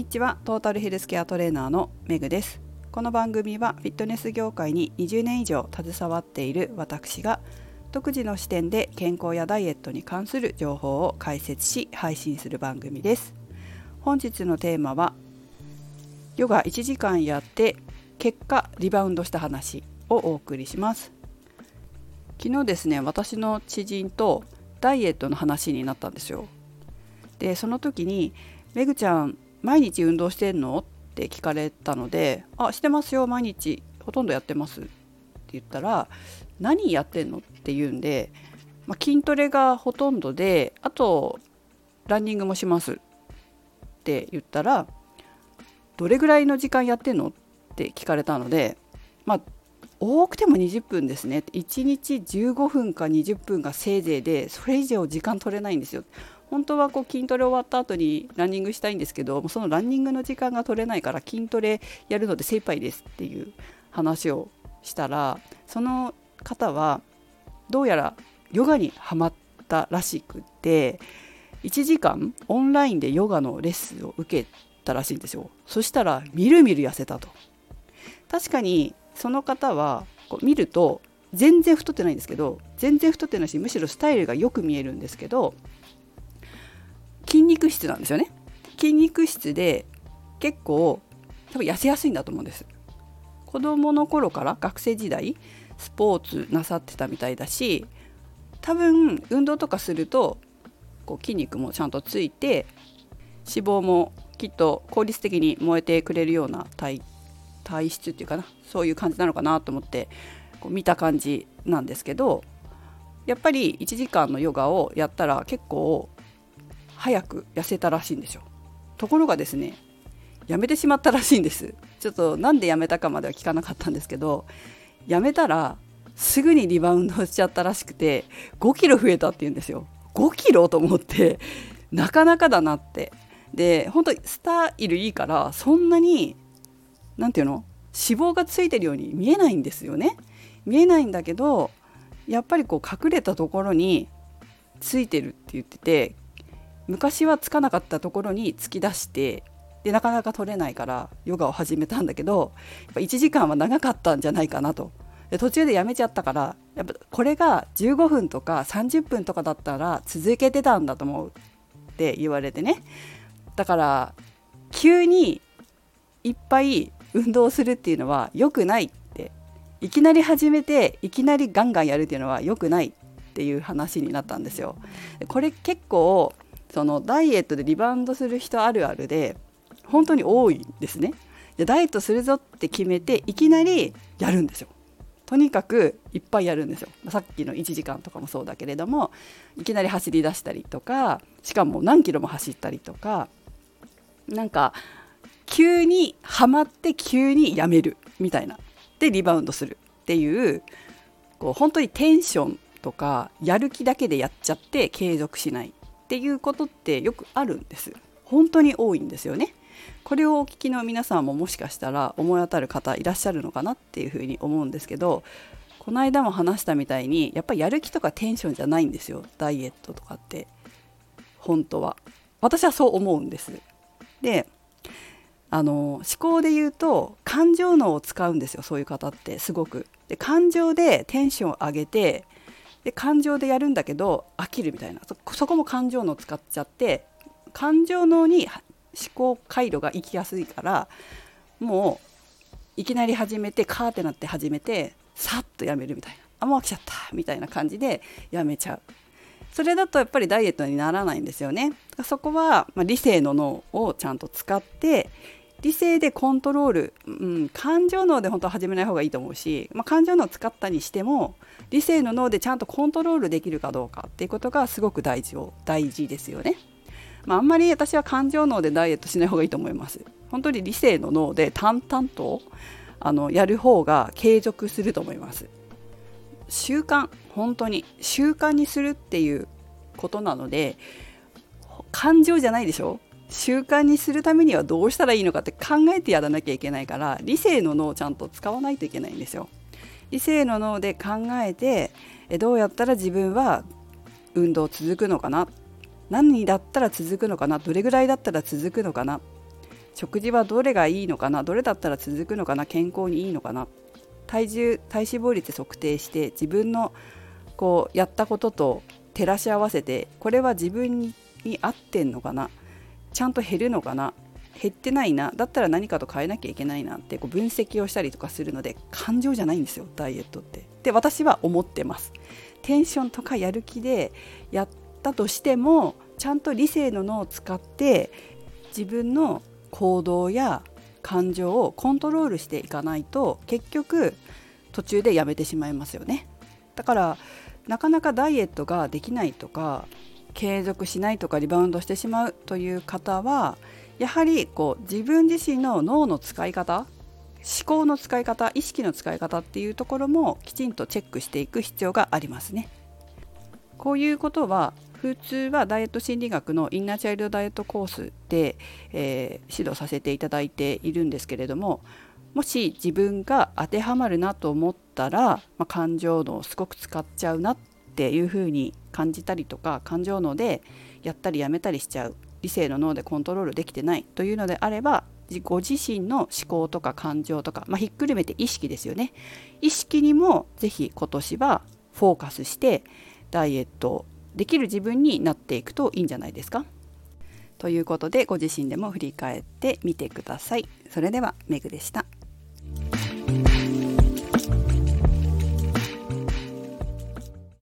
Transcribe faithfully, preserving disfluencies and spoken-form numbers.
にちは。トータルヘルスケアトレーナーのメグです。この番組はフィットネス業界ににじゅうねん以上携わっている私が独自の視点で健康やダイエットに関する情報を解説し配信する番組です。本日のテーマはヨガいちじかんやって結果リバウンドした話をお送りします。昨日ですね、私の知人とダイエットの話になったんですよ。でその時にメグちゃん毎日運動してんのって聞かれたので、あ、してますよ、毎日ほとんどやってますって言ったら、何やってんのって言うんで、まあ、筋トレがほとんどで、あとランニングもしますって言ったら、どれぐらいの時間やってんのって聞かれたので、まあ多くてもにじゅっぷんですね。いちにちじゅうごふんかにじゅっぷんがせいぜいで、それ以上時間取れないんですよ。本当はこう筋トレ終わった後にランニングしたいんですけど、そのランニングの時間が取れないから筋トレやるので精一杯ですっていう話をしたら、その方はどうやらヨガにハマったらしくて、いちじかんオンラインでヨガのレッスンを受けたらしいんですよ。そしたらみるみる痩せたと。確かにその方はこう見ると全然太ってないんですけど、全然太ってないし、むしろスタイルがよく見えるんですけど、筋肉質なんですよね。筋肉質で結構多分痩せやすいんだと思うんです。子供の頃から学生時代スポーツなさってたみたいだし、多分運動とかするとこう筋肉もちゃんとついて、脂肪もきっと効率的に燃えてくれるような体体質っていうかな、そういう感じなのかなと思ってこう見た感じなんですけど、やっぱりいちじかんのヨガをやったら結構早く痩せたらしいんですよ。ところがですね、やめてしまったらしいんです。ちょっとなんでやめたかまでは聞かなかったんですけど、やめたらすぐにリバウンドしちゃったらしくて、ごキロ増えたって言うんですよ。ごキロと思って、なかなかだなって。で本当にスタイルいいから、そんなになんていうの、脂肪がついてるように見えないんですよね。見えないんだけど、やっぱりこう隠れたところについてるって言ってて、昔はつかなかったところに突き出して、でなかなか取れないからヨガを始めたんだけど、やっぱいちじかんは長かったんじゃないかなと。で途中でやめちゃったから、やっぱこれがじゅうごふんとかさんじゅっぷんとかだったら続けてたんだと思うって言われてね。だから急にいっぱい運動するっていうのは良くないって、いきなり始めていきなりガンガンやるっていうのは良くないっていう話になったんですよ。これ結構そのダイエットでリバウンドする人あるあるで本当に多いんですね。でダイエットするぞって決めていきなりやるんですよ。とにかくいっぱいやるんですよ。さっきのいちじかんとかもそうだけれども、いきなり走り出したりとか、しかも何キロも走ったりとか、なんか急にハマって急にやめるみたいなでリバウンドするっていう、こう本当にテンションとかやる気だけでやっちゃって継続しないっていうことってよくあるんです。本当に多いんですよね。これをお聞きの皆さんももしかしたら思い当たる方いらっしゃるのかなっていうふうに思うんですけど、この間も話したみたいにやっぱりやる気とかテンションじゃないんですよ、ダイエットとかって。本当は私はそう思うんです。であの思考で言うと感情脳を使うんですよ、そういう方ってすごく。で感情でテンションを上げて、で感情でやるんだけど飽きるみたいな、 そ, そこも感情脳使っちゃって、感情脳に思考回路が行きやすいから、もういきなり始めてカーってなって始めてさっとやめるみたいな、あもう飽きちゃったみたいな感じでやめちゃう。それだとやっぱりダイエットにならないんですよね。そこは、まあ、理性の脳をちゃんと使って、理性でコントロール、うん、感情脳で本当は始めない方がいいと思うし、まあ、感情脳を使ったにしても理性の脳でちゃんとコントロールできるかどうかっていうことがすごく大事を大事ですよね。まあ、あんまり私は感情脳でダイエットしない方がいいと思います。本当に理性の脳で淡々とあのやる方が継続すると思います。習慣、本当に習慣にするっていうことなので、感情じゃないでしょ。習慣にするためにはどうしたらいいのかって考えてやらなきゃいけないから、理性の脳をちゃんと使わないといけないんですよ。理性の脳で考えて、どうやったら自分は運動続くのかな、何だったら続くのかな、どれぐらいだったら続くのかな、 食事はどれがいいのかな、どれだったら続くのかな、健康にいいのかな、体重体脂肪率測定して自分のこうやったことと照らし合わせて、これは自分に合ってんのかな、ちゃんと減るのかな、減ってないな、だったら何かと変えなきゃいけないなってこう分析をしたりとかするので、感情じゃないんですよダイエットってで私は思ってます。テンションとかやる気でやったとしても、ちゃんと理性の脳を使って自分の行動や感情をコントロールしていかないと、結局途中でやめてしまいますよね。だからなかなかダイエットができないとか、継続しないとか、リバウンドしてしまうという方は、やはりこう自分自身の脳の使い方、思考の使い方、意識の使い方っていうところもきちんとチェックしていく必要がありますね。こういうことは普通はダイエット心理学のインナーチャイルドダイエットコースで、えー、指導させていただいているんですけれども、もし自分が当てはまるなと思ったら、まあ、感情脳をすごく使っちゃうなっていうふうに感じたりとか、感情脳でやったりやめたりしちゃう、理性の脳でコントロールできてないというのであれば、ご自身の思考とか感情とか、まあ、ひっくるめて意識ですよね。意識にもぜひ今年はフォーカスしてダイエットできる自分になっていくといいんじゃないですか。ということで、ご自身でも振り返ってみてください。それではメグでした。